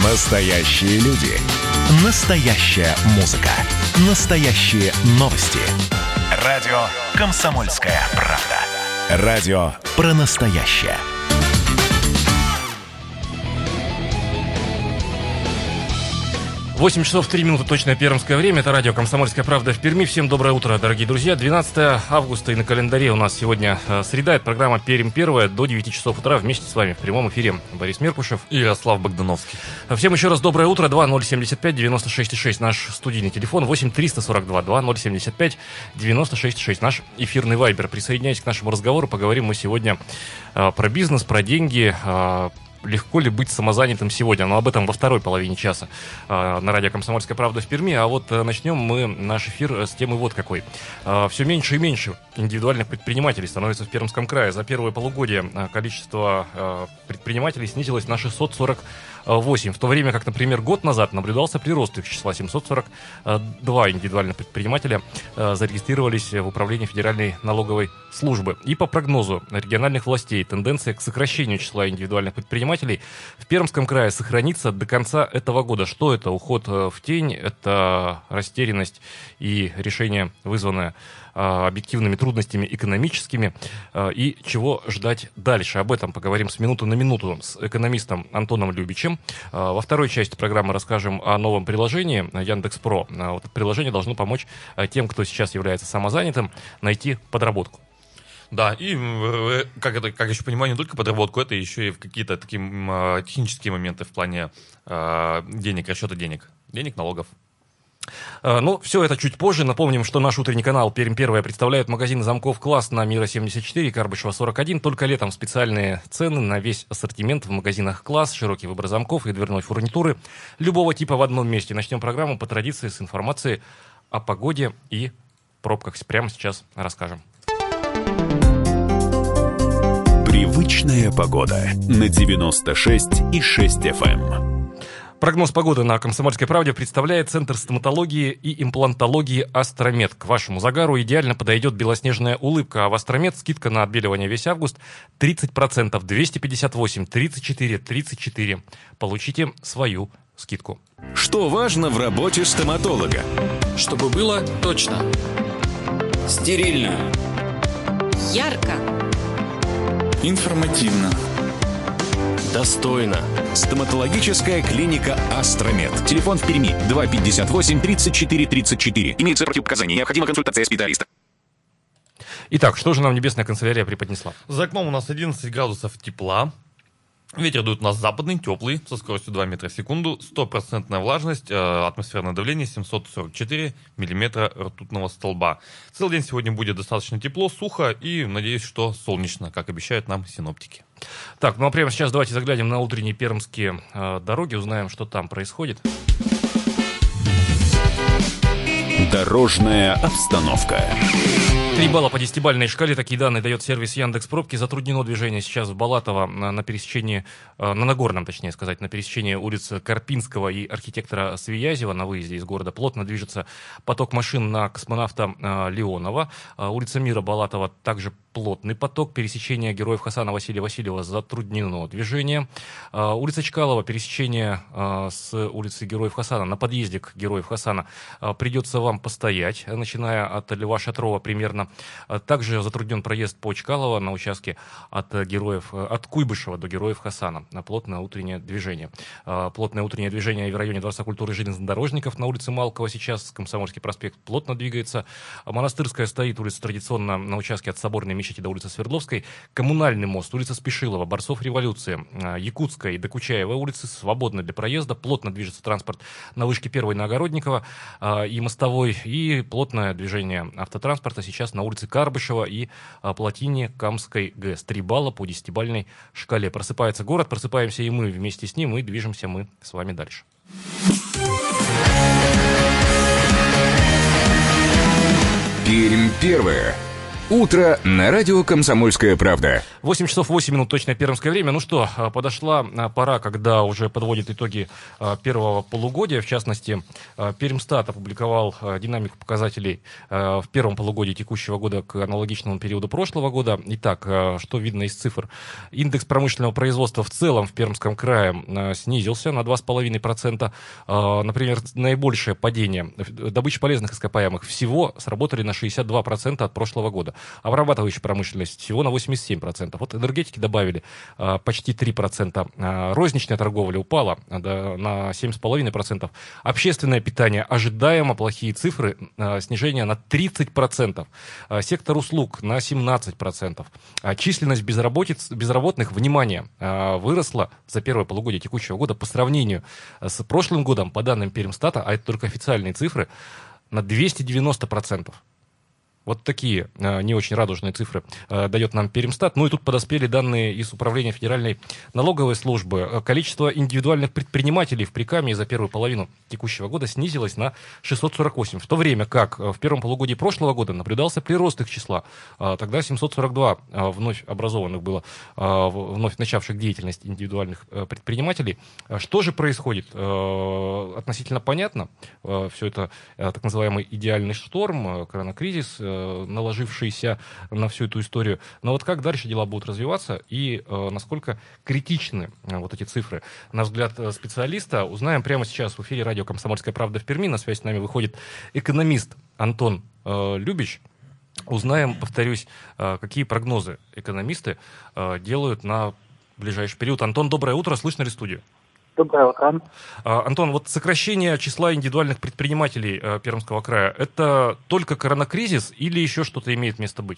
Настоящие люди. Настоящая музыка. Настоящие новости. Радио «Комсомольская правда». Радио про настоящее. Восемь часов 3 минуты, точное пермское время. Это радио «Комсомольская правда» в Перми. Всем доброе утро, дорогие друзья. 12 августа и на календаре у нас сегодня среда. Это программа «Пермь первая» до 9 часов утра. Вместе с вами в прямом эфире Борис Меркушев и Ярослав Богдановский. Всем еще раз доброе утро. 2075-96-6 наш студийный телефон. 8-342-2075-96-6 наш эфирный вайбер. Присоединяйтесь к нашему разговору. Поговорим мы сегодня про бизнес, про деньги. Легко ли быть самозанятым сегодня? Но об этом во второй половине часа на радио «Комсомольская правда» в Перми. А вот начнем мы наш эфир с темы вот какой. Все меньше и меньше индивидуальных предпринимателей становится в Пермском крае. За первое полугодие количество предпринимателей снизилось на 648. В то время как, например, год назад наблюдался прирост их числа. 742 индивидуальных предпринимателя зарегистрировались в управлении Федеральной налоговой службы. И по прогнозу региональных властей тенденция к сокращению числа индивидуальных предпринимателей в Пермском крае сохранится до конца этого года. Что это? Уход в тень, это растерянность и решение, вызванное объективными трудностями экономическими, и чего ждать дальше. Об этом поговорим с минуты на минуту с экономистом Антоном Любичем. Во второй части программы расскажем о новом приложении Яндекс.Про. Вот это приложение должно помочь тем, кто сейчас является самозанятым, найти подработку. Да, и как я еще понимаю, не только подработку, это еще и какие-то такие технические моменты в плане денег, расчета денег, налогов. Ну, все это чуть позже. Напомним, что наш утренний канал «Пермь первая» представляет магазин замков «Класс» на Мира 74, Карбышева 41. Только летом специальные цены на весь ассортимент в магазинах «Класс», широкий выбор замков и дверной фурнитуры любого типа в одном месте. Начнем программу по традиции с информации о погоде и пробках. Прямо сейчас расскажем. Привычная погода на 96,6 FM. Прогноз погоды на «Комсомольской правде» представляет Центр стоматологии и имплантологии «Астромед». К вашему загару идеально подойдет белоснежная улыбка, а в «Астромед» скидка на отбеливание весь август 30%, 258, 34, 34. Получите свою скидку. Что важно в работе стоматолога? Чтобы было точно. Стерильно. Ярко. Информативно. Достойно. Стоматологическая клиника «Астромед». Телефон в Перми 258 34 34. Имеются противопоказания. Необходима консультация специалиста. Итак, что же нам небесная канцелярия преподнесла? За окном у нас 11 градусов тепла. Ветер дует у нас западный, теплый, со скоростью 2 метра в секунду. 100% влажность, атмосферное давление 744 миллиметра ртутного столба. Целый день сегодня будет достаточно тепло, сухо и, надеюсь, что солнечно, как обещают нам синоптики. Так, ну а прямо сейчас давайте заглянем на утренние пермские дороги, узнаем, что там происходит. Дорожная обстановка. 3 балла по 10-бальной шкале. Такие данные дает сервис Яндекс.Пробки. Затруднено движение сейчас в Балатово на пересечении, на Нагорном, точнее сказать, на пересечении улиц Карпинского и архитектора Свиязева на выезде из города. Плотно движется поток машин на космонавта Леонова. Улица Мира, Балатова, также плотный поток. Пересечение Героев Хасана Василия Васильева затруднено движение. Улица Чкалова, пересечение с улицы Героев Хасана, на подъезде к Героев Хасана придется вам постоять, начиная от Льва Шатрова примерно. Также затруднен проезд по Чкалова на участке от Куйбышева до Героев Хасана. Плотное утреннее движение. Плотное утреннее движение в районе Дворца культуры железнодорожников на улице Малкова. Сейчас Комсомольский проспект плотно двигается. Монастырская стоит, улица традиционно на участке от Соборной мечети до улицы Свердловской. Коммунальный мост, улица Спешилова, Борцов революции, Якутская и Докучаева улицы свободны для проезда. Плотно движется транспорт на вышке 1 на Огородникова и Мостовой. И плотное движение автотранспорта сейчас на улице Карбышева и плотине Камской ГЭС. 3 балла по 10-бальной шкале. Просыпается город, просыпаемся и мы вместе с ним, и движемся мы с вами дальше. Пермь первая. Утро на радио «Комсомольская правда». 8 часов 8 минут, точное пермское время. Ну что, подошла пора, когда уже подводят итоги первого полугодия. В частности, Пермстат опубликовал динамику показателей в первом полугодии текущего года к аналогичному периоду прошлого года. Итак, что видно из цифр? Индекс промышленного производства в целом в Пермском крае снизился на 2,5%. Например, наибольшее падение добычи полезных ископаемых всего сработали на 62% от прошлого года. Обрабатывающая промышленность всего на 87%. Вот энергетики добавили почти 3%. Розничная торговля упала на 7,5%. Общественное питание ожидаемо плохие цифры, снижение на 30%. Сектор услуг на 17%. Численность безработных, внимание, выросла за первое полугодие текущего года по сравнению с прошлым годом, по данным Пермстата, а это только официальные цифры, на 290%. Вот такие не очень радужные цифры дает нам Пермстат. Ну и тут подоспели данные из Управления Федеральной налоговой службы. Количество индивидуальных предпринимателей в Прикамье за первую половину текущего года снизилось на 648. В то время как в первом полугодии прошлого года наблюдался прирост их числа. Тогда 742 вновь образованных было, вновь начавших деятельность индивидуальных предпринимателей. Что же происходит? Относительно понятно. Все это так называемый идеальный шторм, коронакризис, наложившийся на всю эту историю. Но вот как дальше дела будут развиваться и насколько критичны вот эти цифры? На взгляд специалиста узнаем прямо сейчас в эфире радио «Комсомольская правда» в Перми. На связь с нами выходит экономист Антон Любич. Узнаем, повторюсь, какие прогнозы экономисты делают на ближайший период. Антон, доброе утро. Слышно ли студию? Доброе утро. Антон, вот сокращение числа индивидуальных предпринимателей Пермского края, это только коронакризис или еще что-то имеет место быть?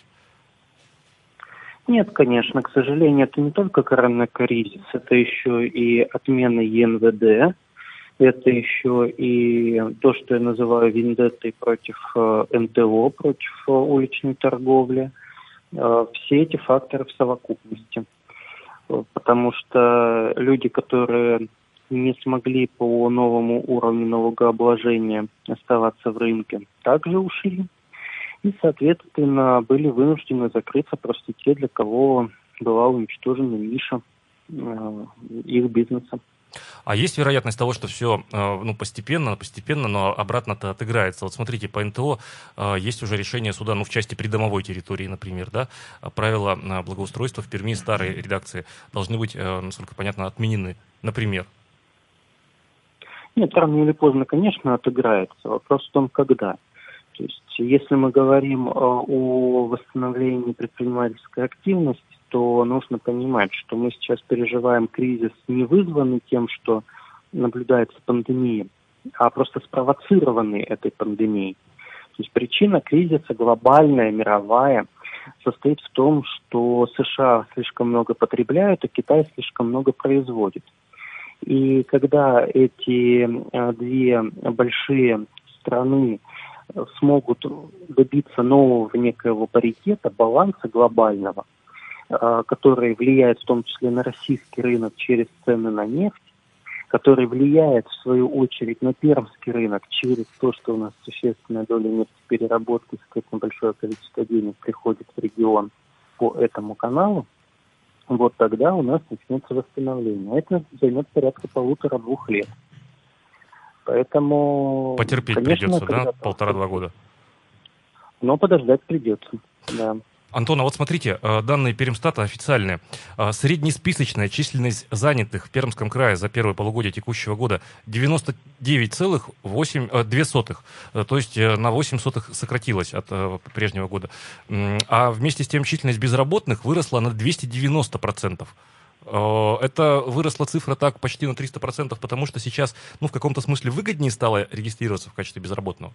Нет, конечно, к сожалению, это не только коронакризис, это еще и отмена ЕНВД, это еще и то, что я называю вендеттой против НТО, против уличной торговли. Все эти факторы в совокупности. Потому что люди, которые не смогли по новому уровню налогообложения оставаться в рынке, также ушли. И, соответственно, были вынуждены закрыться просто те, для кого была уничтожена ниша их бизнеса. А есть вероятность того, что все постепенно, но обратно-то отыграется? Вот смотрите, по НТО есть уже решение суда, в части придомовой территории, например, да, правила благоустройства в Перми старой редакции должны быть, насколько понятно, отменены, например. Нет, рано или поздно, конечно, отыграется. Вопрос в том, когда. То есть, если мы говорим о восстановлении предпринимательской активности, то нужно понимать, что мы сейчас переживаем кризис, не вызванный тем, что наблюдается пандемия, а просто спровоцированный этой пандемией. То есть причина кризиса глобальная, мировая, состоит в том, что США слишком много потребляют, а Китай слишком много производит. И когда эти две большие страны смогут добиться нового некоего паритета, баланса глобального, который влияет в том числе на российский рынок через цены на нефть, который влияет в свою очередь на пермский рынок через то, что у нас существенная доля нефтепереработки, соответственно, большое количество денег приходит в регион по этому каналу, вот тогда у нас начнется восстановление. Это займет порядка 1,5-2 лет. Поэтому... Потерпеть конечно, придется, да? 1,5-2 года. Но подождать придется, да. Антон, а вот смотрите, данные Пермстата официальные. Среднесписочная численность занятых в Пермском крае за первое полугодие текущего года 99,2. То есть на 8 сотых сократилась от прежнего года. А вместе с тем численность безработных выросла на 290%. Это выросла цифра так почти на 300%, потому что сейчас, в каком-то смысле выгоднее стало регистрироваться в качестве безработного.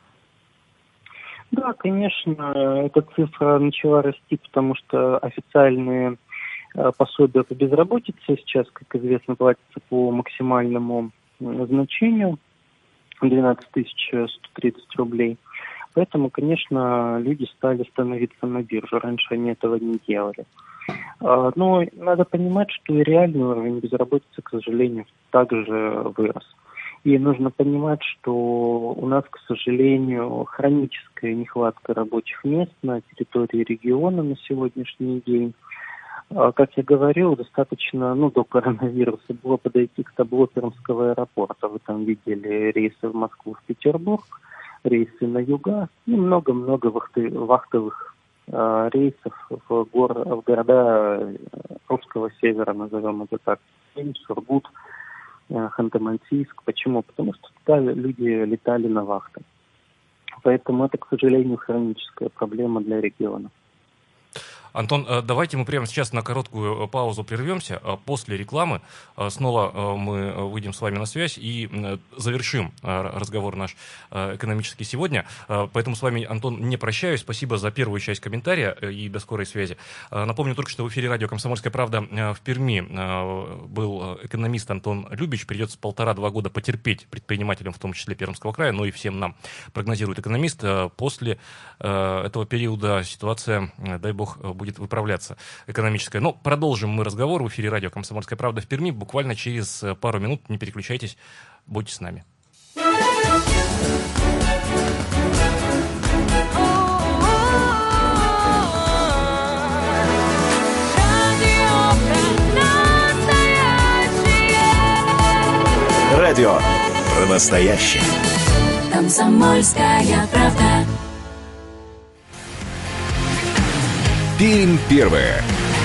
Да, конечно, эта цифра начала расти, потому что официальные пособия по безработице сейчас, как известно, платятся по максимальному значению 12 130 рублей. Поэтому, конечно, люди стали становиться на биржу. Раньше они этого не делали. Но надо понимать, что и реальный уровень безработицы, к сожалению, также вырос. И нужно понимать, что у нас, к сожалению, хроническая нехватка рабочих мест на территории региона на сегодняшний день. Как я говорил, достаточно, до коронавируса было подойти к табло Пермского аэропорта. Вы там видели рейсы в Москву, в Петербург, рейсы на юга и много-много вахтовых рейсов в города русского севера, назовем это так, Сургут, Ханты-Мансийск. Почему? Потому что туда люди летали на вахты. Поэтому это, к сожалению, хроническая проблема для региона. Антон, давайте мы прямо сейчас на короткую паузу прервемся. После рекламы снова мы выйдем с вами на связь и завершим разговор наш экономический сегодня. Поэтому с вами, Антон, не прощаюсь. Спасибо за первую часть комментария и до скорой связи. Напомню только, что в эфире радио «Комсомольская правда» в Перми был экономист Антон Любич. Придется 1,5-2 года потерпеть предпринимателям, в том числе Пермского края, но и всем нам, прогнозирует экономист. После этого периода ситуация, дай бог, будет выправляться экономическая. Но продолжим мы разговор в эфире радио «Комсомольская правда» в Перми буквально через пару минут. Не переключайтесь, будьте с нами. Радио про настоящее. Комсомольская правда. Пермь первая.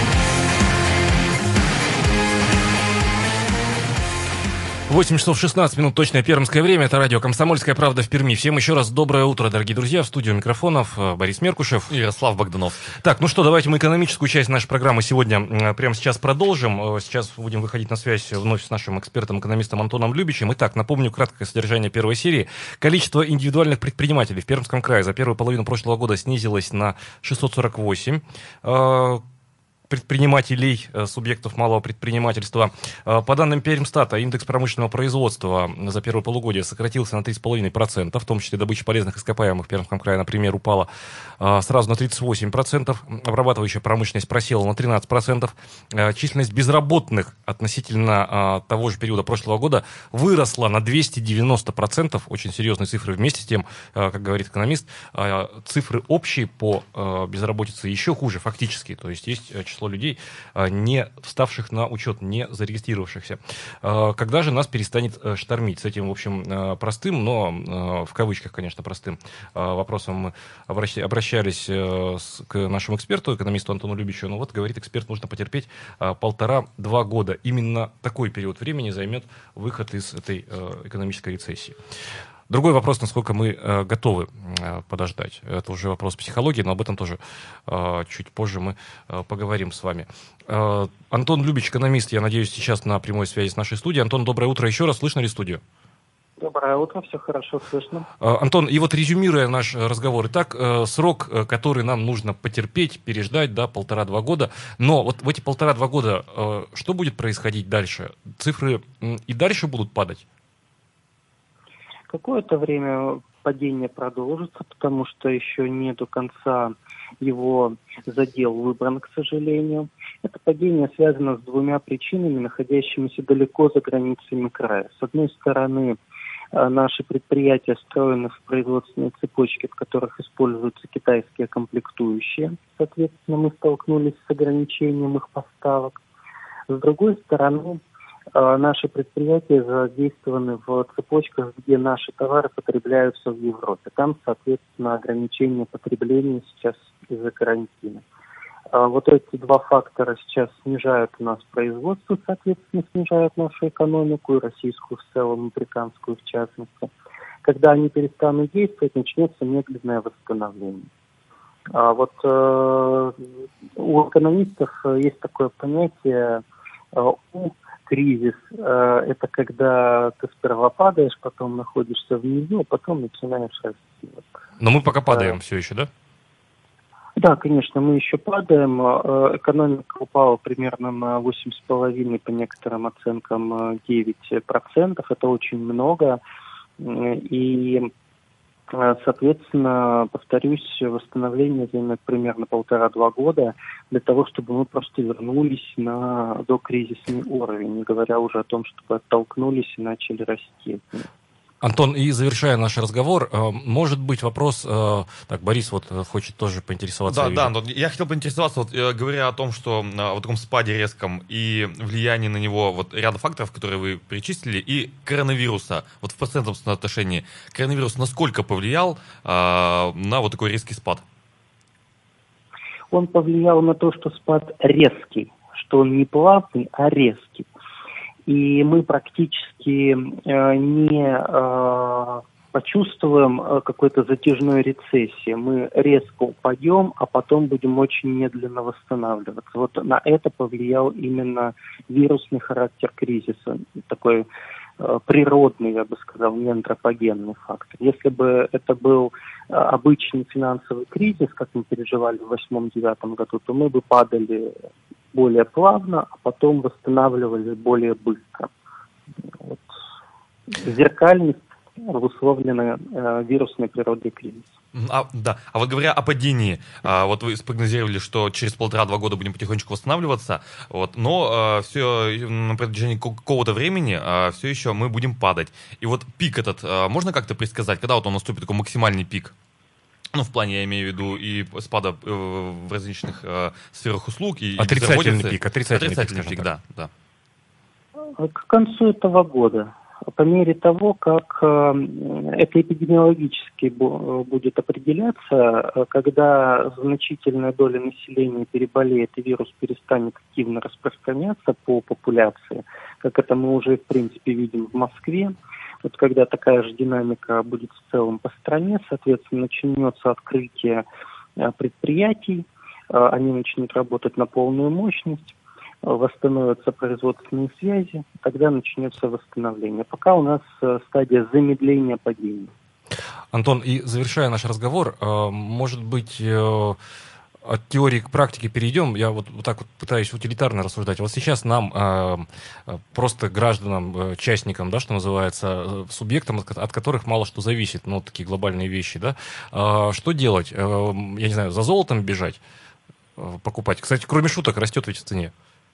Восемь часов 16 минут, точное пермское время. Это радио «Комсомольская правда» в Перми. Всем еще раз доброе утро, дорогие друзья. В студию микрофонов Борис Меркушев. И Ярослав Богданов. Так, ну что, давайте мы экономическую часть нашей программы сегодня прямо сейчас продолжим. Сейчас будем выходить на связь вновь с нашим экспертом-экономистом Антоном Любичем. Итак, напомню краткое содержание первой серии. Количество индивидуальных предпринимателей в Пермском крае за первую половину прошлого года снизилось на 648 предпринимателей, субъектов малого предпринимательства. По данным Пермстата, индекс промышленного производства за первое полугодие сократился на 3,5%, в том числе добыча полезных ископаемых в Пермском крае, например, упала сразу на 38%, обрабатывающая промышленность просела на 13%, численность безработных относительно того же периода прошлого года выросла на 290%, очень серьезные цифры. Вместе с тем, как говорит экономист, цифры общие по безработице еще хуже фактически, то есть число людей, не вставших на учет, не зарегистрировавшихся. Когда же нас перестанет штормить? С этим, в общем, простым, но в кавычках, конечно, простым вопросом мы обращались к нашему эксперту, экономисту Антону Любичу. Но вот, говорит эксперт, нужно потерпеть 1,5-2 года. Именно такой период времени займет выход из этой экономической рецессии. Другой вопрос, насколько мы готовы подождать. Это уже вопрос психологии, но об этом тоже чуть позже мы поговорим с вами. Антон Любич, экономист, я надеюсь, сейчас на прямой связи с нашей студией. Антон, доброе утро еще раз. Слышно ли студию? Доброе утро, все хорошо слышно. Антон, и вот резюмируя наш разговор, итак, срок, который нам нужно потерпеть, переждать, да, 1,5-2 года, но вот в эти 1,5-2 года что будет происходить дальше? Цифры и дальше будут падать? Какое-то время падение продолжится, потому что еще не до конца его задел выбран, к сожалению. Это падение связано с двумя причинами, находящимися далеко за границами края. С одной стороны, наши предприятия встроены в производственные цепочки, в которых используются китайские комплектующие. Соответственно, мы столкнулись с ограничением их поставок. С другой стороны, наши предприятия задействованы в цепочках, где наши товары потребляются в Европе. Там, соответственно, ограничение потребления сейчас из-за карантина. Вот эти два фактора сейчас снижают у нас производство, соответственно, снижают нашу экономику, и российскую в целом, и британскую в частности. Когда они перестанут действовать, начнется медленное восстановление. Вот у экономистов есть такое понятие кризис. Это когда ты сперва падаешь, потом находишься внизу, а потом начинаешь расти. Но мы пока падаем все еще, да? Да, конечно, мы еще падаем. Экономика упала примерно на 8,5%, по некоторым оценкам 9%. Это очень много. И Соответственно, повторюсь, восстановление займет примерно 1,5-2 года для того, чтобы мы просто вернулись на докризисный уровень, не говоря уже о том, чтобы оттолкнулись и начали расти. Антон, и завершая наш разговор, может быть вопрос, так, Борис вот хочет тоже поинтересоваться. Да, Антон, я хотел поинтересоваться, вот, говоря о том, что о таком спаде резком и влиянии на него вот ряда факторов, которые вы перечислили, и коронавируса, вот в процентном соотношении, коронавирус насколько повлиял на вот такой резкий спад? Он повлиял на то, что спад резкий, что он не плавный, а резкий. И мы практически не почувствуем какой-то затяжной рецессии. Мы резко упадем, а потом будем очень медленно восстанавливаться. Вот на это повлиял именно вирусный характер кризиса. Такой природный, я бы сказал, не антропогенный фактор. Если бы это был обычный финансовый кризис, как мы переживали в 2008-2009 году, то мы бы падали более плавно, а потом восстанавливались более быстро. Вот. Зеркальность обусловлена вирусной природой кризиса. Да. А вот говоря о падении, вот вы спрогнозировали, что через 1,5-2 года будем потихонечку восстанавливаться, вот, но все на протяжении какого-то времени все еще мы будем падать. И вот пик этот можно как-то предсказать, когда вот он наступит, такой максимальный пик? Ну, в плане, я имею в виду, и спада в различных сферах услуг, и отрицательный пик, да. К концу этого года, по мере того, как это эпидемиологически будет определяться, когда значительная доля населения переболеет и вирус перестанет активно распространяться по популяции, как это мы уже, в принципе, видим в Москве, вот когда такая же динамика будет в целом по стране, соответственно, начнется открытие предприятий, они начнут работать на полную мощность, восстановятся производственные связи, тогда начнется восстановление. Пока у нас стадия замедления падения. Антон, и завершая наш разговор, может быть, от теории к практике перейдем. Я вот так вот пытаюсь утилитарно рассуждать. Вот сейчас нам, просто гражданам, частникам, да, что называется, субъектам, от которых мало что зависит, ну, такие глобальные вещи, да, что делать? Я не знаю, за золотом бежать, покупать? Кстати, кроме шуток, растет ведь в цене.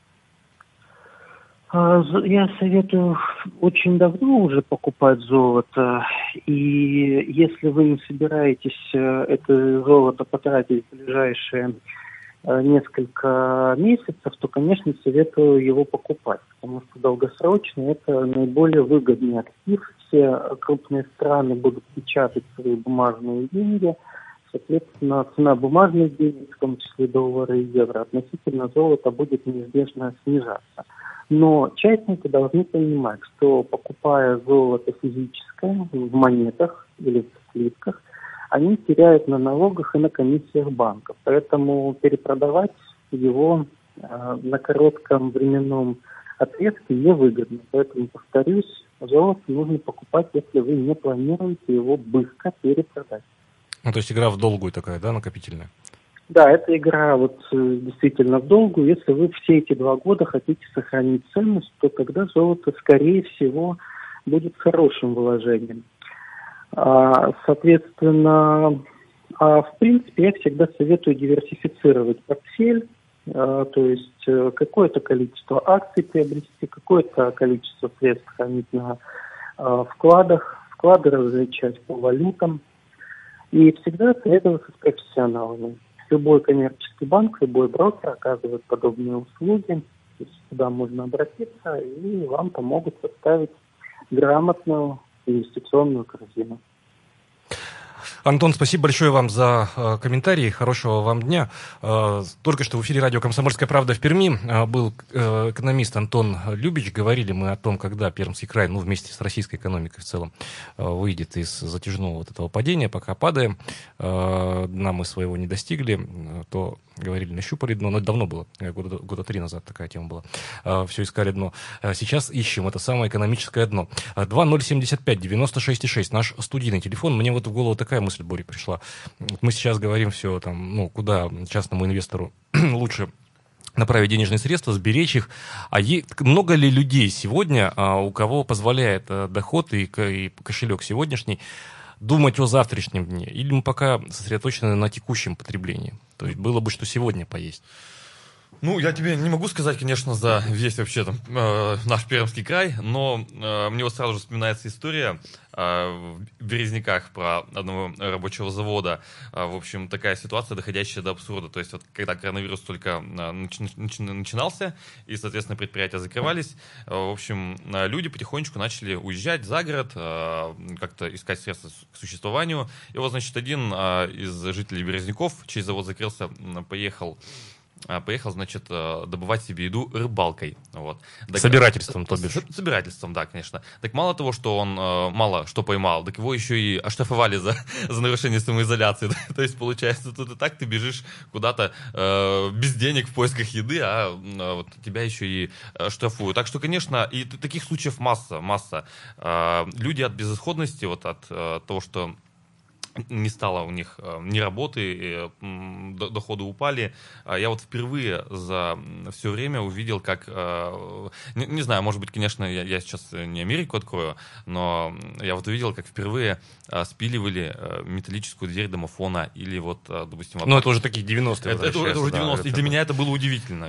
Я советую очень давно уже покупать золото, и если вы не собираетесь это золото потратить в ближайшие несколько месяцев, то, конечно, советую его покупать, потому что долгосрочно это наиболее выгодный актив. Все крупные страны будут печатать свои бумажные деньги, соответственно, цена бумажных денег, в том числе доллара и евро, относительно золота будет неизбежно снижаться. Но частники должны понимать, что покупая золото физическое в монетах или в слитках, они теряют на налогах и на комиссиях банков. Поэтому перепродавать его на коротком временном отрезке невыгодно. Поэтому, повторюсь, золото нужно покупать, если вы не планируете его быстро перепродать. Ну, то есть игра в долгую такая, да, накопительная? Да, это игра вот действительно в долгую. Если вы все эти 2 года хотите сохранить ценность, то тогда золото, скорее всего, будет хорошим вложением. Соответственно, в принципе, я всегда советую диверсифицировать портфель, то есть какое-то количество акций приобрести, какое-то количество средств хранить на вкладах, вклады различать по валютам. И всегда советоваться с профессионалами. Любой коммерческий банк, любой брокер оказывает подобные услуги. То есть сюда можно обратиться, и вам помогут составить грамотную инвестиционную корзину. Антон, спасибо большое вам за комментарии. Хорошего вам дня. Только что в эфире радио «Комсомольская правда» в Перми был экономист Антон Любич. Говорили мы о том, когда Пермский край, ну, вместе с российской экономикой в целом, выйдет из затяжного вот этого падения. Пока падаем, дна мы своего не достигли, то говорили, нащупали дно, но это давно было, года 3 назад такая тема была. Все искали дно. Сейчас ищем это самое экономическое дно. 2075-96-6, наш студийный телефон. Мне вот в голову такая мысль, Боря, пришла. Мы сейчас говорим все там, ну, куда частному инвестору лучше направить денежные средства, сберечь их. А много ли людей сегодня, у кого позволяет доход и кошелек сегодняшний, думать о завтрашнем дне? Или мы пока сосредоточены на текущем потреблении? То есть было бы что сегодня поесть. Ну, я тебе не могу сказать, конечно, за весь вообще там наш Пермский край, но мне вот сразу же вспоминается история в Березниках про одного рабочего завода. В общем, такая ситуация, доходящая до абсурда. То есть вот когда коронавирус только начинался, и, соответственно, предприятия закрывались, в общем, люди потихонечку начали уезжать за город, как-то искать средства к существованию. И вот, значит, один из жителей Березников, чей завод закрылся, поехал, значит, добывать себе еду рыбалкой. Вот. Собирательством, то бишь. Собирательством, да, конечно. Так мало того, что он мало что поймал, так его еще и оштрафовали за нарушение самоизоляции. То есть, получается, тут и так ты бежишь куда-то без денег в поисках еды, а вот тебя еще и штрафуют. Так что, конечно, и таких случаев масса. Люди от безысходности, вот от того, что не стало у них ни работы, доходы упали. Я вот впервые за все время увидел, как, не знаю, может быть, конечно, я сейчас не Америку открою, но я вот увидел, как впервые спиливали металлическую дверь домофона или вот, допустим... Ну, это уже такие 90-е. Это уже 90-е, и для меня это было удивительно.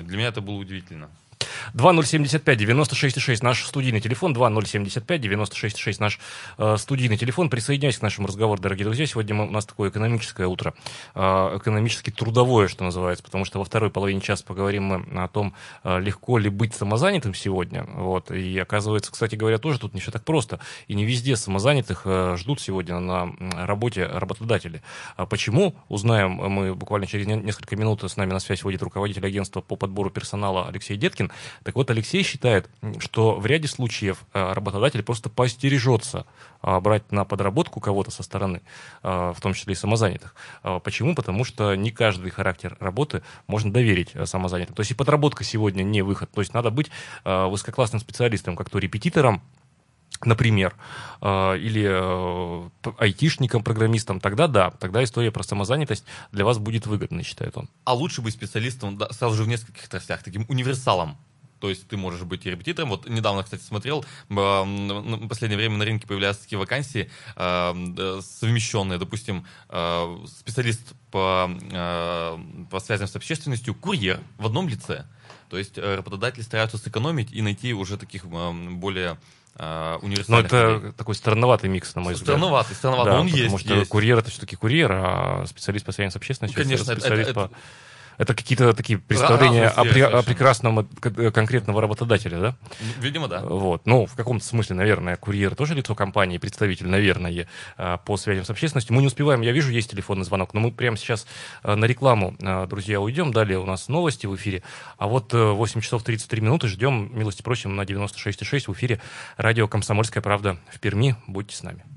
2075-96-6 наш студийный телефон, 2075-96-6 наш студийный телефон. Присоединяйтесь к нашему разговору, дорогие друзья. Сегодня у нас такое экономическое утро, экономически трудовое, что называется, потому что во второй половине часа поговорим мы о том, легко ли быть самозанятым сегодня. Вот. И оказывается, кстати говоря, тоже тут не все так просто. И не везде самозанятых ждут сегодня на работе работодатели. Почему? Узнаем мы буквально через несколько минут. С нами на связь выйдет руководитель агентства по подбору персонала Алексей Деткин. Так вот, Алексей считает, что в ряде случаев работодатель просто поостережется брать на подработку кого-то со стороны, в том числе и самозанятых. Почему? Потому что не каждый характер работы можно доверить самозанятым. То есть и подработка сегодня не выход. То есть надо быть высококлассным специалистом, как то репетитором, например, или айтишником, программистом, тогда да, тогда история про самозанятость для вас будет выгодна, считает он. А лучше быть специалистом сразу же в нескольких отраслях, таким универсалом. То есть ты можешь быть и репетитором. Вот недавно, кстати, смотрел, в последнее время на рынке появляются такие вакансии совмещенные. Допустим, специалист по связям с общественностью, курьер в одном лице. То есть работодатели стараются сэкономить и найти уже таких более универсальных. Но это такой странноватый микс, на мой взгляд. Странноватый, да, он есть. Потому что курьер — это все-таки курьер, а специалист по связям с общественностью — конечно, это специалист по... Это какие-то такие представления о прекрасном конкретного работодателя, да? Видимо, да. Вот. Ну, в каком-то смысле, наверное, курьер тоже лицо компании, представитель, наверное, по связям с общественностью. Мы не успеваем, я вижу, есть телефонный звонок, но мы прямо сейчас на рекламу, друзья, уйдем. Далее у нас новости в эфире. А вот 8 часов 33 минуты ждем, милости просим, на 96,6 в эфире радио «Комсомольская правда» в Перми. Будьте с нами.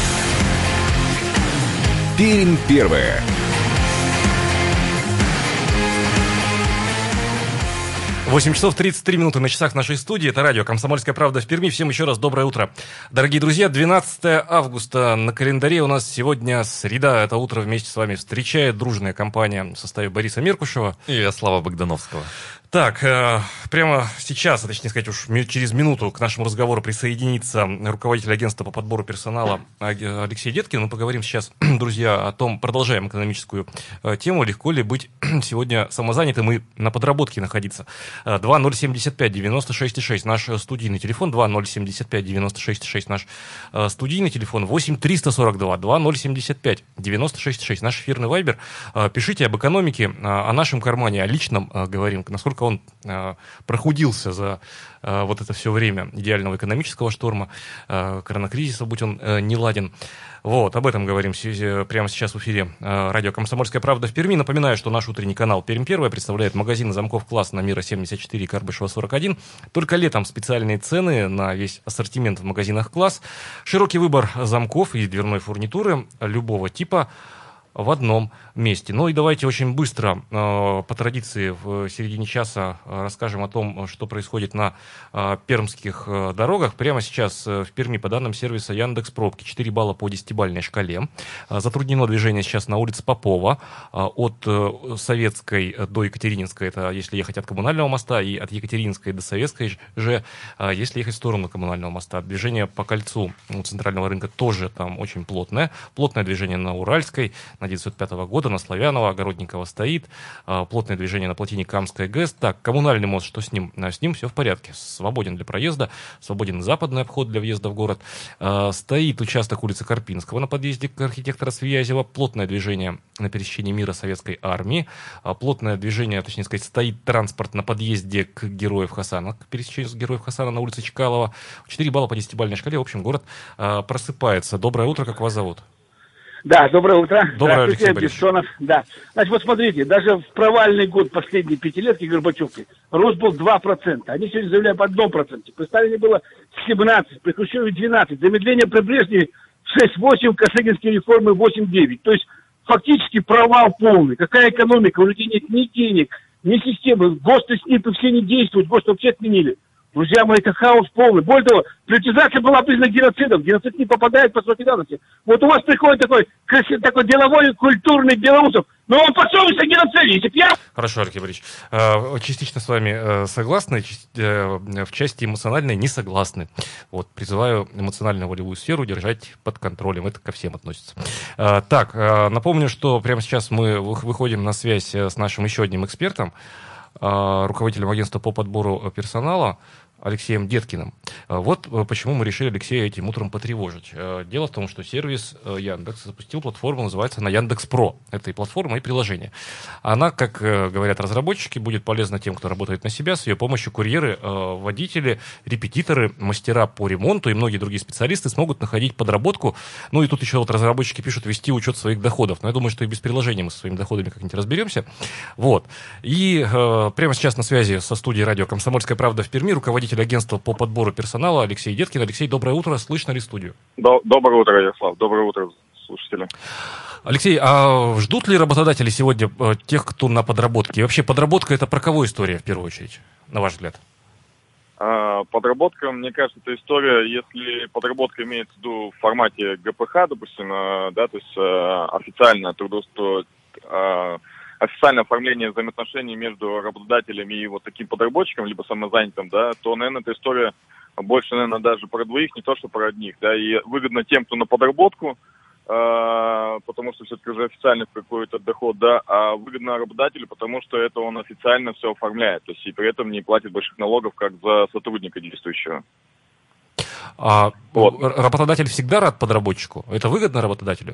Пермь первая. 8 часов 33 минуты на часах нашей студии. Это радио «Комсомольская правда» в Перми. Всем еще раз доброе утро. Дорогие друзья, 12 августа на календаре. У нас сегодня среда. Это утро вместе с вами встречает дружная компания в составе Бориса Меркушева И Ярослава Богдановского. Так, прямо сейчас, а точнее сказать, уж через минуту к нашему разговору присоединится руководитель агентства по подбору персонала Алексей Деткин. Мы поговорим сейчас, друзья, о том, продолжаем экономическую тему, легко ли быть сегодня самозанятым и на подработке находиться. 2075-96-6 наш студийный телефон, 2075-96-6 наш студийный телефон, 8-342-2075-96-6 наш эфирный вайбер. Пишите об экономике, о нашем кармане, о личном говорим, насколько он прохудился за вот это все время идеального экономического шторма, коронакризиса, будь он не ладен. Вот, об этом говорим прямо сейчас в эфире радио «Комсомольская правда» в Перми. Напоминаю, что наш утренний канал «Пермь первая» представляет магазины замков «Класс» на Мира 74 и Карбышева 41. Только летом специальные цены на весь ассортимент в магазинах «Класс». Широкий выбор замков и дверной фурнитуры любого типа. в одном месте. Ну и давайте очень быстро, по традиции, в середине часа расскажем о том, что происходит на пермских дорогах. Прямо сейчас в Перми, по данным сервиса Яндекс.Пробки, 4 балла по 10-бальной шкале. Затруднено движение сейчас на улице Попова от Советской до Екатерининской, это если ехать от Коммунального моста, и от Екатерининской до Советской же, если ехать в сторону Коммунального моста. Движение по кольцу Центрального рынка тоже там очень плотное. Плотное движение на Уральской, на 905 года, на Славянова, Огородникова стоит. Плотное движение на плотине Камская ГЭС. Так, Коммунальный мост, что с ним? С ним все в порядке. Свободен для проезда, свободен западный обход для въезда в город. Стоит участок улицы Карпинского на подъезде к архитектора Свиязева. Плотное движение на пересечении Мира Советской Армии. Плотное движение, точнее сказать, стоит транспорт на подъезде к Героев Хасана, к пересечению Героев Хасана на улице Чкалова. 4 балла по 10-бальной шкале. В общем, город просыпается. Доброе утро, как вас зовут? Да, доброе утро. Доброе, Алексей Бессонов. Да. Значит, вот смотрите, даже в провальный год последней пятилетки Горбачевки рост был 2%. Они сегодня заявляют об 1%. При Сталине было 17%, при Хрущеве 12%. Замедление при Брежневе 6-8%, Косыгинские реформы 8-9%. То есть фактически провал полный. Какая экономика? У людей нет ни денег, ни системы. ГОСТы, СНИПы все не действуют, ГОСТ вообще отменили. Друзья мои, это хаос полный. Более того, приватизация была признана геноцидом. Геноцид не попадает по сроке давности. Вот у вас приходит такой деловой, культурный Белоусов, но он подсовывается геноциде. Если я... Хорошо, Аркадий Борисович. Частично с вами согласны, в части эмоциональной не согласны. Вот, призываю эмоциональную волевую сферу держать под контролем. Это ко всем относится. Так, напомню, что прямо сейчас мы выходим на связь с нашим еще одним экспертом, руководителем агентства по подбору персонала Алексеем Деткиным. Вот почему мы решили Алексея этим утром потревожить. Дело в том, что сервис Яндекс запустил платформу, называется она Яндекс.Про. Это и платформа, и приложение. Она, как говорят разработчики, будет полезна тем, кто работает на себя. С ее помощью курьеры, водители, репетиторы, мастера по ремонту и многие другие специалисты смогут находить подработку. Ну и тут еще вот разработчики пишут вести учет своих доходов. Но я думаю, что и без приложения мы со своими доходами как-нибудь разберемся. Вот. И прямо сейчас на связи со студией радио «Комсомольская правда» в Перми руководитель агентства по подбору персонала Алексей Деткин. Алексей, доброе утро. Слышно ли студию? Доброе утро, Ярослав. Доброе утро, слушатели. Алексей, а ждут ли работодатели сегодня тех, кто на подработке? И вообще, подработка — это про кого история, в первую очередь, на ваш взгляд? Подработка, мне кажется, это история, если подработка имеется в виду в формате ГПХ, допустим, да, то есть официально трудоустроить, официальное оформление взаимоотношений между работодателями и вот таким подработчиком, либо самозанятым, да, то, наверное, эта история больше, наверное, даже про двоих, не то, что про одних, да, и выгодно тем, кто на подработку, потому что все-таки уже официально какой-то доход, да, а выгодно работодателю, потому что это он официально все оформляет, то есть и при этом не платит больших налогов, как за сотрудника действующего. Вот. Работодатель всегда рад подработчику? Это выгодно работодателю?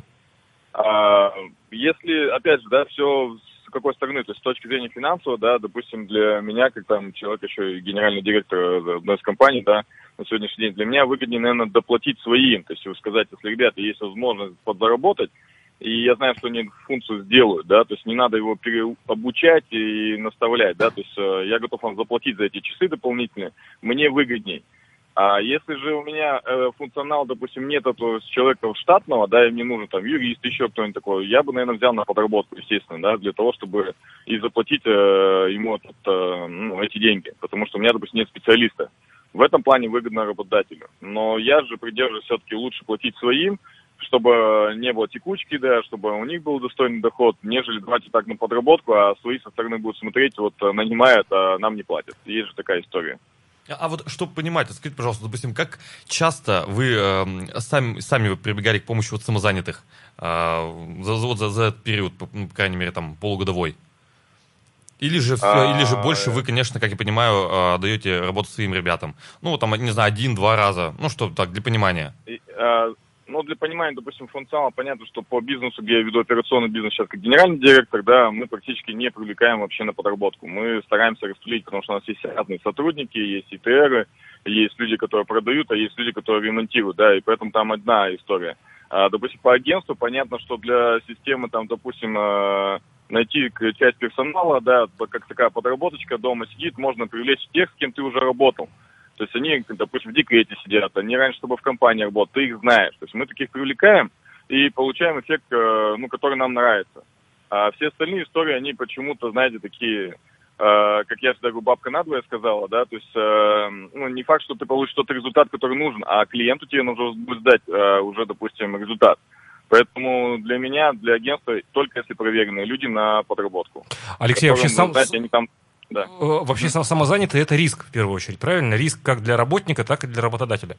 Если, опять же, да, все с какой стороны, то есть с точки зрения финансового, да, допустим, для меня, как там человек еще и генеральный директор одной из компаний, да, на сегодняшний день, для меня выгоднее, наверное, доплатить своим, то есть сказать, если, ребята, есть возможность подзаработать, и я знаю, что они функцию сделают, да, то есть не надо его переобучать и наставлять, да, то есть я готов вам заплатить за эти часы дополнительные, мне выгодней. А если же у меня функционал, допустим, нет этого человека штатного, да, и мне нужен там юрист, еще кто-нибудь такой, я бы, наверное, взял на подработку, естественно, да, для того, чтобы и заплатить ему эти деньги, потому что у меня, допустим, нет специалиста. В этом плане выгодно работодателю. Но я же придерживаюсь все-таки лучше платить своим, чтобы не было текучки, да, чтобы у них был достойный доход, нежели давайте так на подработку, а свои со стороны будут смотреть, вот нанимают, а нам не платят. Есть же такая история. А вот, чтобы понимать, скажите, пожалуйста, допустим, как часто вы сами вы прибегали к помощи вот самозанятых за этот период, по крайней мере, там, полугодовой? Или же больше вы, конечно, как я понимаю, даете работу своим ребятам? Ну, вот там, не знаю, 1-2 раза, ну, что так, для понимания. Ну, для понимания, допустим, функционала, понятно, что по бизнесу, где я веду операционный бизнес сейчас как генеральный директор, да, мы практически не привлекаем вообще на подработку. Мы стараемся распределить, потому что у нас есть разные сотрудники, есть ИТРы, есть люди, которые продают, а есть люди, которые ремонтируют, да, и поэтому там одна история. Допустим, по агентству понятно, что для системы, там, допустим, найти часть персонала, да, как такая подработочка дома сидит, можно привлечь тех, с кем ты уже работал. То есть они, допустим, в декрете сидят, они раньше с тобой в компании работают, ты их знаешь. То есть мы таких привлекаем, и получаем эффект, который нам нравится. А все остальные истории, они почему-то, знаете, такие, как я всегда говорю, бабка надвое сказала, да, то есть, не факт, что ты получишь тот результат, который нужен, а клиенту тебе нужно будет сдать уже, допустим, результат. Поэтому для меня, для агентства, только если проверенные люди на подработку. Алексей, вообще Да. Вообще самозанятый — это риск, в первую очередь, правильно? Риск как для работника, так и для работодателя.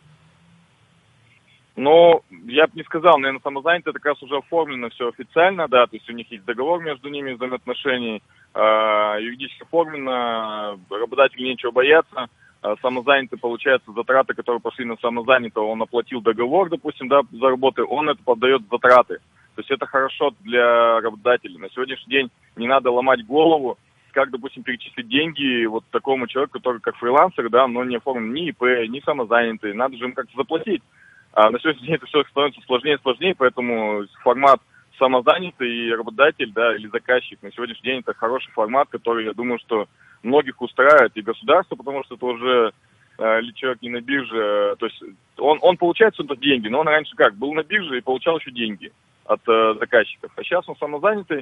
Но я бы не сказал, наверное, самозанятые это как раз уже оформлено все официально, да, то есть у них есть договор между ними взаимоотношений, юридически оформлено, работодателю нечего бояться, самозанятый, получается, затраты, которые пошли на самозанятого, он оплатил договор, допустим, да, за работу, он это поддает затраты. То есть это хорошо для работодателя. На сегодняшний день не надо ломать голову, как, допустим, перечислить деньги вот такому человеку, который как фрилансер, да, но не оформлен ни ИП, ни самозанятый, надо же им как-то заплатить. А на сегодняшний день это все становится сложнее и сложнее, поэтому формат самозанятый и работодатель, да, или заказчик на сегодняшний день это хороший формат, который, я думаю, что многих устраивает и государство, потому что это уже человек не на бирже, то есть он получает сюда деньги, но он раньше как, был на бирже и получал еще деньги от заказчиков, а сейчас он самозанятый,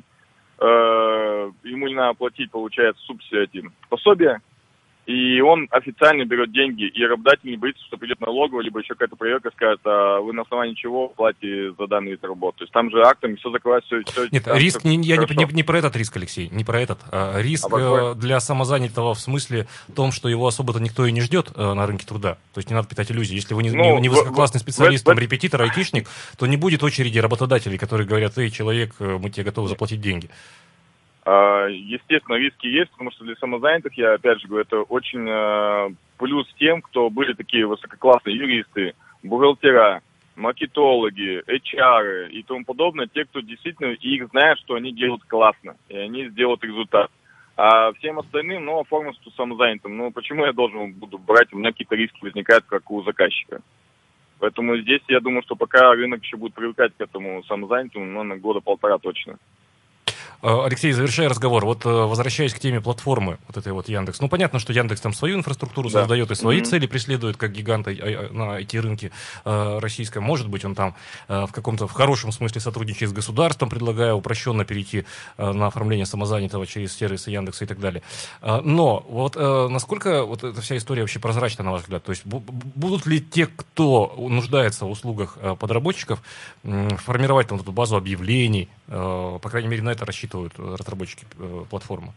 ему не надо платить, получается, субсидии, пособия, и он официально берет деньги, и работодатель не боится, что придет налоговая, либо еще какая-то проверка, скажет, а вы на основании чего платите за данный вид работы. То есть там же актами все закрывается, все. Нет, риск, я не про этот риск, Алексей, не про этот. Риск для самозанятого в смысле том, что его особо-то никто и не ждет на рынке труда. То есть не надо питать иллюзий. Если вы не высококлассный специалист, там, репетитор, айтишник, то не будет очереди работодателей, которые говорят, эй, человек, мы тебе готовы заплатить деньги. Естественно, риски есть, потому что для самозанятых, я опять же говорю, это очень плюс тем, кто были такие высококлассные юристы, бухгалтера, маркетологи, HR и тому подобное, те, кто действительно их знает, что они делают классно, и они сделают результат. А всем остальным, оформить самозанятым, почему я буду брать, у меня какие-то риски возникают, как у заказчика. Поэтому здесь, я думаю, что пока рынок еще будет привлекать к этому самозанятому, на года полтора точно. Алексей, завершая разговор, возвращаясь к теме платформы, этой Яндекс. Понятно, что Яндекс там свою инфраструктуру создает и свои цели преследует, как гигант на IT-рынке российском. Может быть, он там в хорошем смысле сотрудничает с государством, предлагая упрощенно перейти на оформление самозанятого через сервисы Яндекса и так далее. Но насколько эта вся история вообще прозрачна, на ваш взгляд? То есть будут ли те, кто нуждается в услугах подработчиков, формировать эту базу объявлений, по крайней мере, на это рассчитывают разработчики платформы?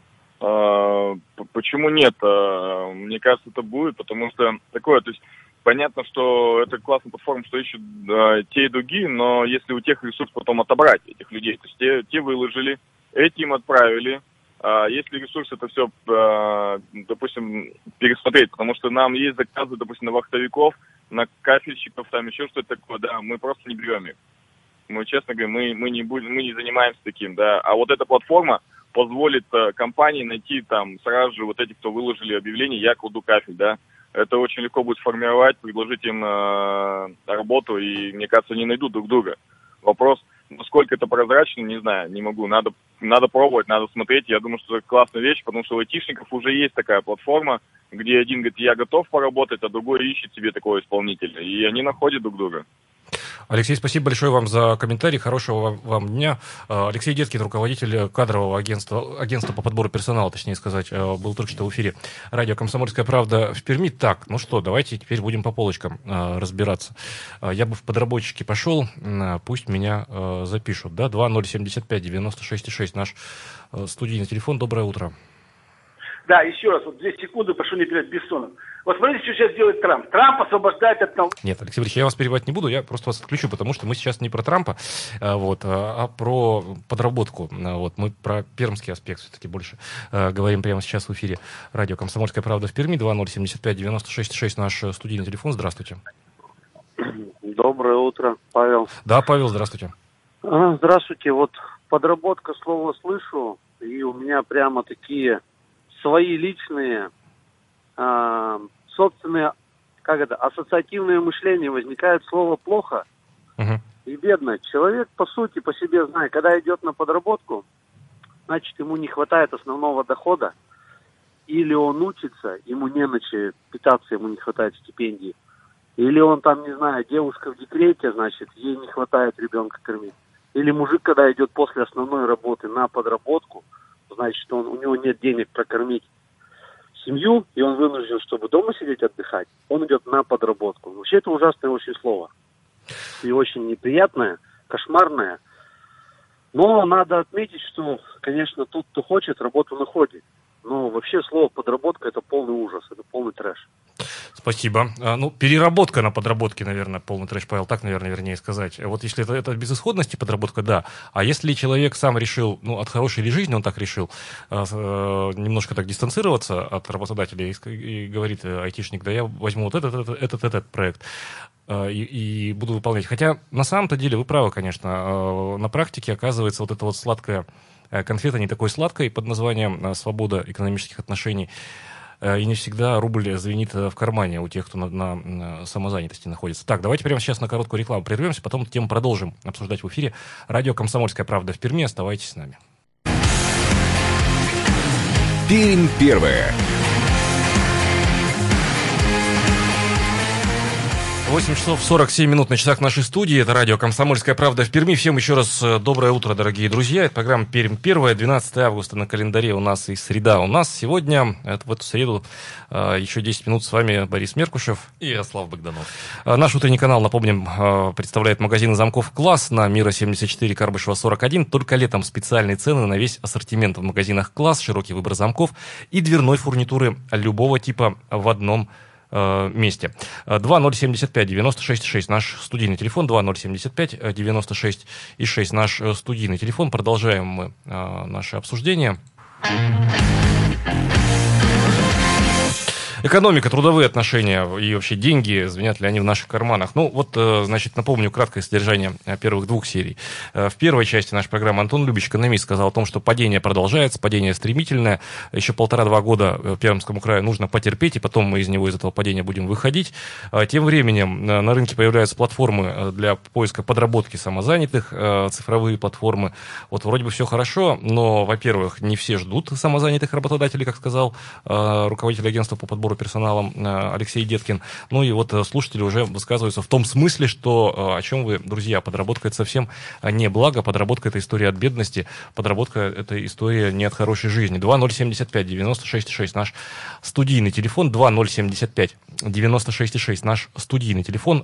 Почему нет? Мне кажется, это будет, потому что то есть понятно, что это классная платформа, что ищут те и другие, но если у тех ресурс потом отобрать этих людей, то есть те выложили, эти им отправили, если ресурс это все, допустим, пересмотреть, потому что нам есть заказы, допустим, на вахтовиков, на кафельщиков, там еще что-то такое, да, мы просто не берем их. Мы, честно говоря, мы не занимаемся таким, да. А вот эта платформа позволит компании найти там сразу же этих, кто выложили объявление, я кладу кафель, да. Это очень легко будет сформировать, предложить им работу, и, мне кажется, они найдут друг друга. Вопрос, насколько это прозрачно, не знаю, не могу. Надо пробовать, надо смотреть. Я думаю, что это классная вещь, потому что у айтишников уже есть такая платформа, где один говорит, я готов поработать, а другой ищет себе такого исполнителя. И они находят друг друга. Алексей, спасибо большое вам за комментарий. Хорошего вам дня. Алексей Деткин, руководитель кадрового агентства по подбору персонала, точнее сказать, был только что в эфире радио «Комсомольская правда» в Перми. Так, давайте теперь будем по полочкам разбираться. Я бы в подработчики пошел, пусть меня запишут. Да? 2075-96-6 наш студийный телефон. Доброе утро. Да, еще раз, 2 секунды, прошу не перебивать Бессонов. Смотрите, что сейчас делает Трамп. Трамп освобождает от налогов. Нет, Алексей Ильич, я вас перебивать не буду, я просто вас отключу, потому что мы сейчас не про Трампа, а про подработку. Мы про пермский аспект все-таки больше говорим прямо сейчас в эфире радио «Комсомольская правда» в Перми. 2075-96-6 наш студийный телефон. Здравствуйте. Доброе утро, Павел. Да, Павел, здравствуйте. Здравствуйте. Подработка, слово слышу, и у меня прямо такие свои личные, собственные, ассоциативное мышление возникает, слово плохо и бедно. Человек, по сути, по себе знает, когда идет на подработку, значит, ему не хватает основного дохода, или он учится, ему не на чем питаться, ему не хватает стипендии, Или он там, не знаю, девушка в декрете, значит, ей не хватает ребенка кормить. Или мужик, когда идет после основной работы на подработку, значит, у него нет денег прокормить семью, и он вынужден, чтобы дома сидеть отдыхать, он идет на подработку. Вообще это ужасное очень слово. И очень неприятное, кошмарное. Но надо отметить, что, конечно, тот, кто хочет, работу находит. Но вообще слово подработка — это полный ужас, это полный трэш. Спасибо. Ну, переработка на подработке, наверное, полный трэш, Павел, так, наверное, вернее сказать. Вот если это безысходности подработка, да. А если человек сам решил, ну, от хорошей ли жизни он так решил, немножко так дистанцироваться от работодателя и говорит айтишник, да я возьму вот этот проект и буду выполнять. Хотя на самом-то деле вы правы, конечно. На практике оказывается вот эта вот сладкая конфета не такой сладкой под названием «Свобода экономических отношений». И не всегда рубль звенит в кармане у тех, кто на самозанятости находится. Так, давайте прямо сейчас на короткую рекламу прервемся, потом эту тему продолжим обсуждать в эфире. Радио «Комсомольская правда» в Перми. Оставайтесь с нами. Пермь первая. 8 часов 47 минут на часах нашей студии. Это радио «Комсомольская правда» в Перми. Всем еще раз доброе утро, дорогие друзья. Это программа «Пермь первая», 12 августа на календаре у нас и среда у нас. Сегодня, в эту среду, еще 10 минут с вами Борис Меркушев. И Ярослав Богданов. Наш утренний канал, напомним, представляет магазин замков «Класс» на Мира 74, Карбышева 41. Только летом специальные цены на весь ассортимент в магазинах «Класс», широкий выбор замков и дверной фурнитуры любого типа в одном месте. 2075-96-6 наш студийный телефон, 2075-96-6 наш студийный телефон. Продолжаем мы наше обсуждение. Экономика, трудовые отношения и вообще деньги, звенят ли они в наших карманах? Ну, вот, значит, напомню краткое содержание первых двух серий. В первой части нашей программы Антон Любич, экономист, сказал о том, что падение продолжается, падение стремительное. Еще 1,5-2 года Пермскому краю нужно потерпеть, и потом мы из этого падения будем выходить. Тем временем на рынке появляются платформы для поиска подработки самозанятых, цифровые платформы. Вот вроде бы все хорошо, но, во-первых, не все ждут самозанятых работодателей, как сказал руководитель агентства по подбору персоналом Алексей Деткин. Ну и вот слушатели уже высказываются в том смысле, что о чем вы, друзья, подработка — это совсем не благо, подработка — это история от бедности, подработка — это история не от хорошей жизни. 2075-96-6 наш студийный телефон, 2075-96-6 наш студийный телефон,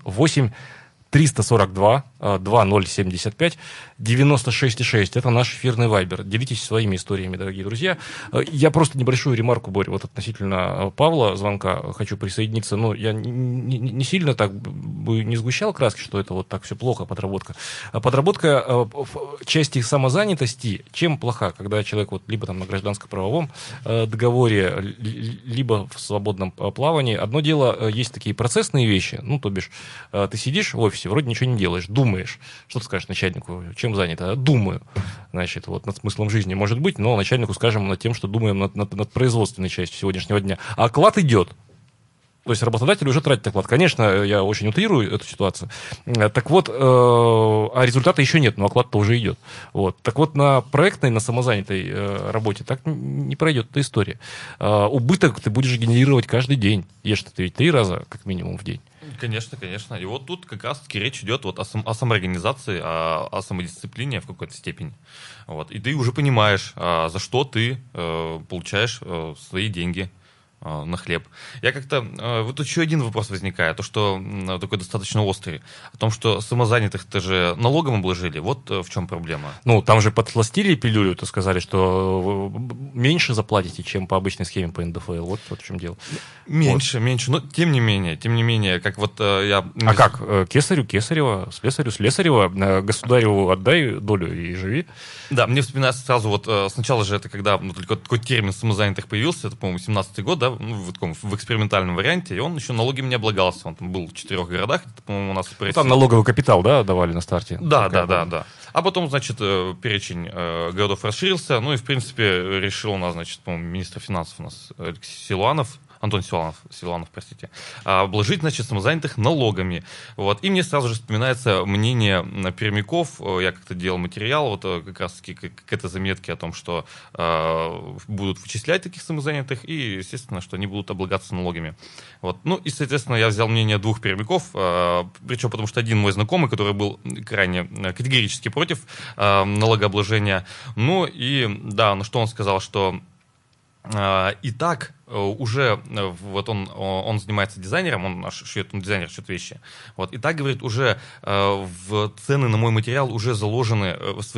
8-342-2075-96-6. Это наш эфирный вайбер. Делитесь своими историями, дорогие друзья. Я просто небольшую ремарку, Борь, вот относительно Павла звонка хочу присоединиться. Ну, я не сильно так бы не сгущал краски, что это вот так все плохо, подработка. Подработка в части самозанятости чем плоха, когда человек вот либо там на гражданско-правовом договоре, либо в свободном плавании. Одно дело, есть такие процессные вещи, ну, то бишь, ты сидишь в офисе, вроде ничего не делаешь, думаешь. Что ты скажешь начальнику? Чем занят? Думаю. Значит, вот над смыслом жизни может быть, но начальнику скажем над тем, что думаем над производственной частью сегодняшнего дня. А оклад идет. То есть работодатель уже тратит оклад. Конечно, я очень утрирую эту ситуацию. Так вот, а результата еще нет, но оклад-то уже идет. Вот. Так вот, на проектной, на самозанятой работе так не пройдет эта история. Убыток ты будешь генерировать каждый день. Ешь-то ты ведь 3 раза, как минимум, в день. Конечно, конечно. И вот тут как раз-таки речь идет вот о самоорганизации, о самодисциплине в какой-то степени. Вот. И ты уже понимаешь, за что ты получаешь свои деньги на хлеб. Я как-то... Вот еще один вопрос возникает, то, что такой достаточно острый, о том, что самозанятых-то же налогом обложили. Вот в чем проблема. Ну, там же подсластили пилюлю, то сказали, что меньше заплатите, чем по обычной схеме по НДФЛ. Вот в чем дело. Меньше. Но тем не менее, как вот я... А как? Кесарю Кесарева, слесарю Слесарева, государю отдай долю и живи. Да, мне вспоминается сразу вот сначала же это когда только такой термин самозанятых появился, это, по-моему, 17-й год, да, ну, в экспериментальном варианте, и он еще налогами не облагался. Он там был в 4 городах, это, по-моему, у нас... Ну, там налоговый капитал, да, давали на старте? Да. А потом, значит, перечень городов расширился, ну и, в принципе, решил у нас, значит, по-моему, министр финансов у нас Алексей Силуанов Антон Силуанов, простите, обложить, значит, самозанятых налогами. Вот. И мне сразу же вспоминается мнение пермяков. Я как-то делал материал, вот как раз-таки к этой заметке о том, что будут вычислять таких самозанятых, и, естественно, что они будут облагаться налогами. Вот. Ну, и, соответственно, я взял мнение двух пермяков, причем потому что один мой знакомый, который был крайне категорически против налогообложения. Ну, и, да, ну что он сказал, что и так уже, вот он занимается дизайнером, он дизайнер шьет вещи. Вот, и так, говорит, уже в цены на мой материал уже заложены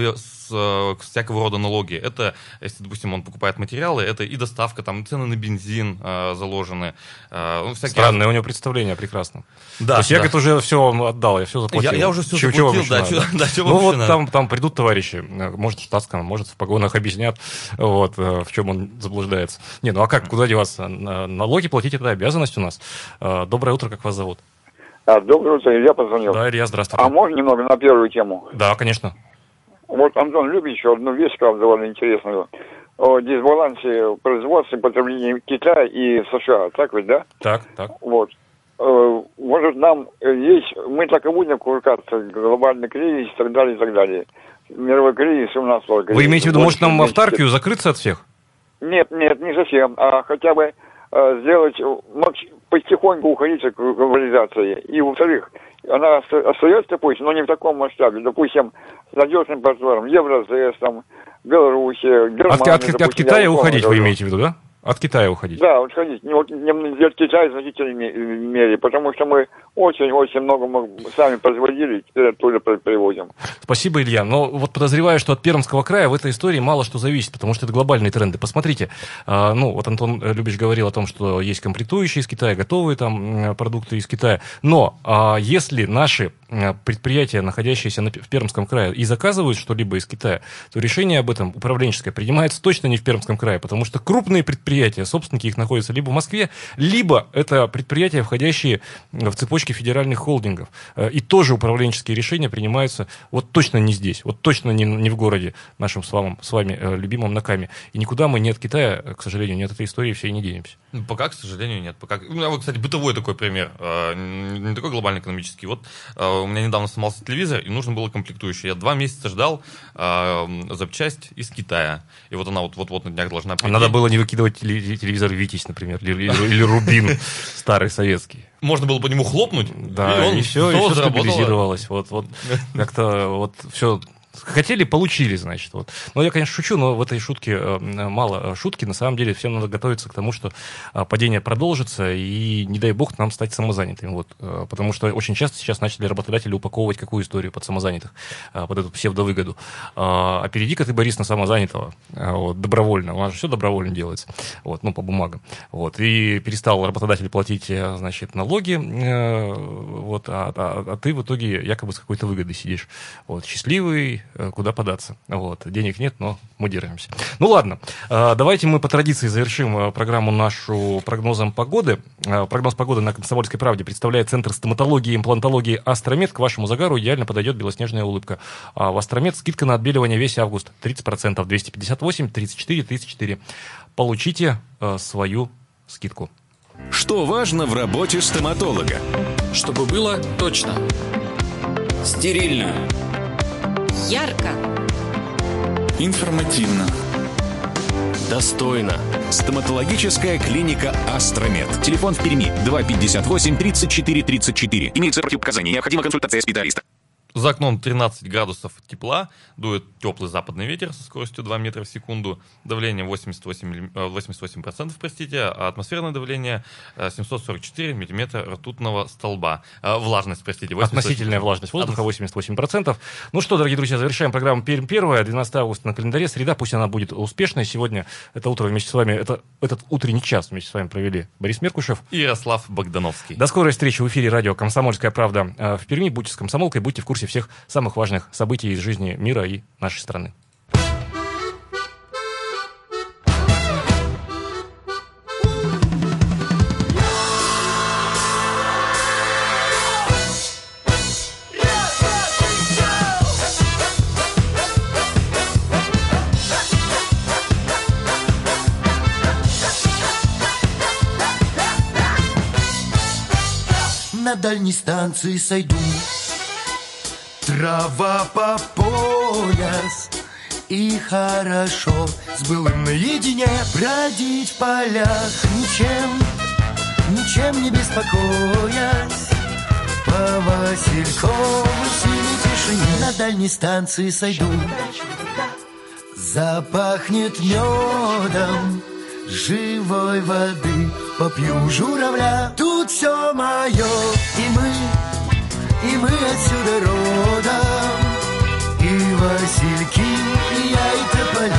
всякого рода налоги. Это, если, допустим, он покупает материалы, это и доставка, там цены на бензин заложены. Странное у него представление, прекрасно. Да, то есть я, говорит, уже все отдал, я все заплатил. Я уже все заплатил, да. Ну вот там придут товарищи, может в штатском, может в погонах объяснят, вот, в чем он заблуждается. Не, ну а как, куда деваться? Налоги платить — это обязанность у нас. Доброе утро, как вас зовут? Доброе утро, Илья позвонил. Да, Илья, здравствуйте. А можно немного на первую тему? Да, конечно. Вот Антон Любич одну вещь сказал довольно интересную. О дисбалансе производства и потребления Китая и США. Так ведь, да? Так. Вот. Может, нам есть... Мы так и будем кувыркаться. Глобальный кризис и так далее, и так далее. Мировой кризис у нас... Вы имеете в виду, может, нам автаркию закрыться от всех? Нет, не совсем. А хотя бы сделать... Потихоньку уходить от глобализации. И, во-вторых, она остается, допустим, но не в таком масштабе. Допустим, с надежным партнером Евразес, там, Белоруссия, Германия. От Китая уходить, вы имеете в виду, да? От Китая уходить? Да, уходить. От Китая в значительной мере, потому что мы очень-очень много сами производили, теперь оттуда привозим. Спасибо, Илья. Но вот подозреваю, что от Пермского края в этой истории мало что зависит, потому что это глобальные тренды. Посмотрите, вот Антон Любич говорил о том, что есть комплектующие из Китая, готовые там продукты из Китая. Но если наши предприятия, находящиеся в Пермском крае, и заказывают что-либо из Китая, то решение об этом управленческое принимается точно не в Пермском крае, потому что крупные предприятия, собственники их находятся либо в Москве, либо это предприятия, входящие в цепочки федеральных холдингов. И тоже управленческие решения принимаются вот точно не здесь, вот точно не в городе нашим с вами любимом на Каме. И никуда мы не от Китая, к сожалению, не от этой истории всей не денемся. Пока, к сожалению, нет. У меня, вот, кстати, бытовой такой пример, не такой глобально экономический. Вот у меня недавно сломался телевизор, и нужно было комплектующий. Я 2 месяца ждал запчасть из Китая. И вот она вот на днях должна прийти. Надо было не выкидывать телевизор «Витязь», например, или «Рубин» старый советский. Можно было по нему хлопнуть, да, и все стабилизировалось. Вот как-то вот все... Хотели, получили, значит. Вот. Но я, конечно, шучу, но в этой шутке мало шутки. На самом деле всем надо готовиться к тому, что падение продолжится, и не дай бог нам стать самозанятыми. Вот. Потому что очень часто сейчас начали работодатели упаковывать какую историю под самозанятых, под эту псевдовыгоду. А перейди-ка ты, Борис, на самозанятого, вот, добровольно. У нас же все добровольно делается, вот, ну, по бумагам. Вот. И перестал работодатель платить, значит, налоги, вот, а ты в итоге якобы с какой-то выгодой сидишь. Вот, счастливый, куда податься. Вот. Денег нет, но мы держимся. Ну ладно, давайте мы по традиции завершим программу нашу прогнозом погоды. Прогноз погоды на «Комсомольской правде» представляет Центр стоматологии и имплантологии «Астромед». К вашему загару идеально подойдет белоснежная улыбка. А в «Астромед» скидка на отбеливание весь август 30%, 258 34 34. Получите свою скидку. Что важно в работе стоматолога? Чтобы было точно. Стерильно. Ярко. Информативно. Достойно. Стоматологическая клиника «Астромед». Телефон в Перми 258 34 34. Имеются противопоказания. Необходима консультация специалиста. За окном 13 градусов тепла, дует теплый западный ветер со скоростью 2 метра в секунду, давление 88%, простите, а атмосферное давление 744 миллиметра ртутного столба. Влажность, простите. Относительная влажность воздуха 88%. Ну что, дорогие друзья, завершаем программу «Пермь первая», 12 августа на календаре, среда, пусть она будет успешной. Сегодня это утро вместе с вами, этот утренний час вместе с вами провели Борис Меркушев и Ярослав Богдановский. До скорой встречи в эфире радио «Комсомольская правда» в Перми. Будьте с комсомолкой, будьте в курсе всех самых важных событий из жизни мира и нашей страны. на дальней станции сойду. Трава по пояс, и хорошо с былым наедине бродить в полях, ничем не беспокоясь. По Васильковой синей тишине на дальней станции сойду. Запахнет медом живой воды, попью журавля. Тут все мое, и мы отсюда родом, и васильки, и я, и тополя.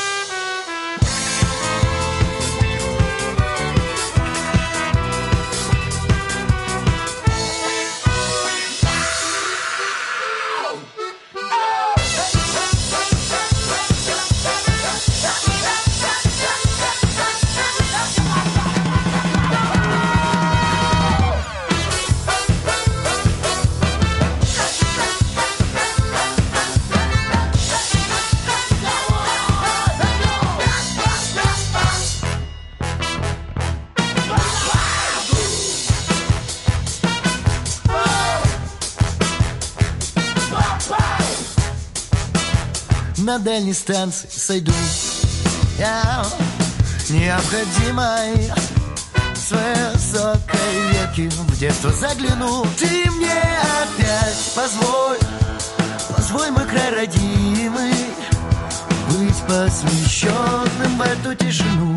На дальней станции сойду я, необходимой с высокой ветки в детство загляну. Ты мне опять позволь, мой край родимый, быть посвященным в эту тишину.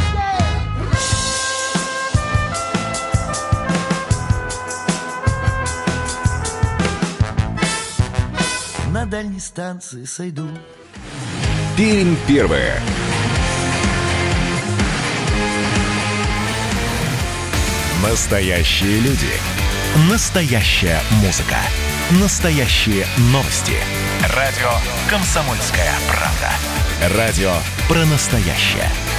На дальней станции сойду. Пермь первая. Настоящие люди. Настоящая музыка. Настоящие новости. Радио «Комсомольская правда». Радио про настоящее.